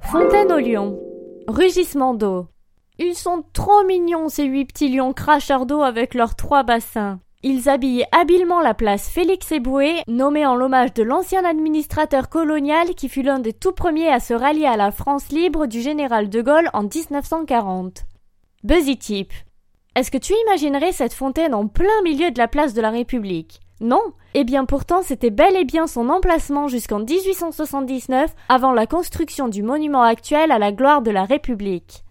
Fontaine aux lions. Rugissement d'eau. Ils sont trop mignons ces 8 petits lions cracheurs d'eau avec leurs 3 bassins. Ils habillent habilement la place Félix-Éboué, nommée en l'hommage de l'ancien administrateur colonial qui fut l'un des tout premiers à se rallier à la France libre du général de Gaulle en 1940. Buzzy Tip. Est-ce que tu imaginerais cette fontaine en plein milieu de la place de la République ? Non ? Eh bien pourtant c'était bel et bien son emplacement jusqu'en 1879, avant la construction du monument actuel à la gloire de la République.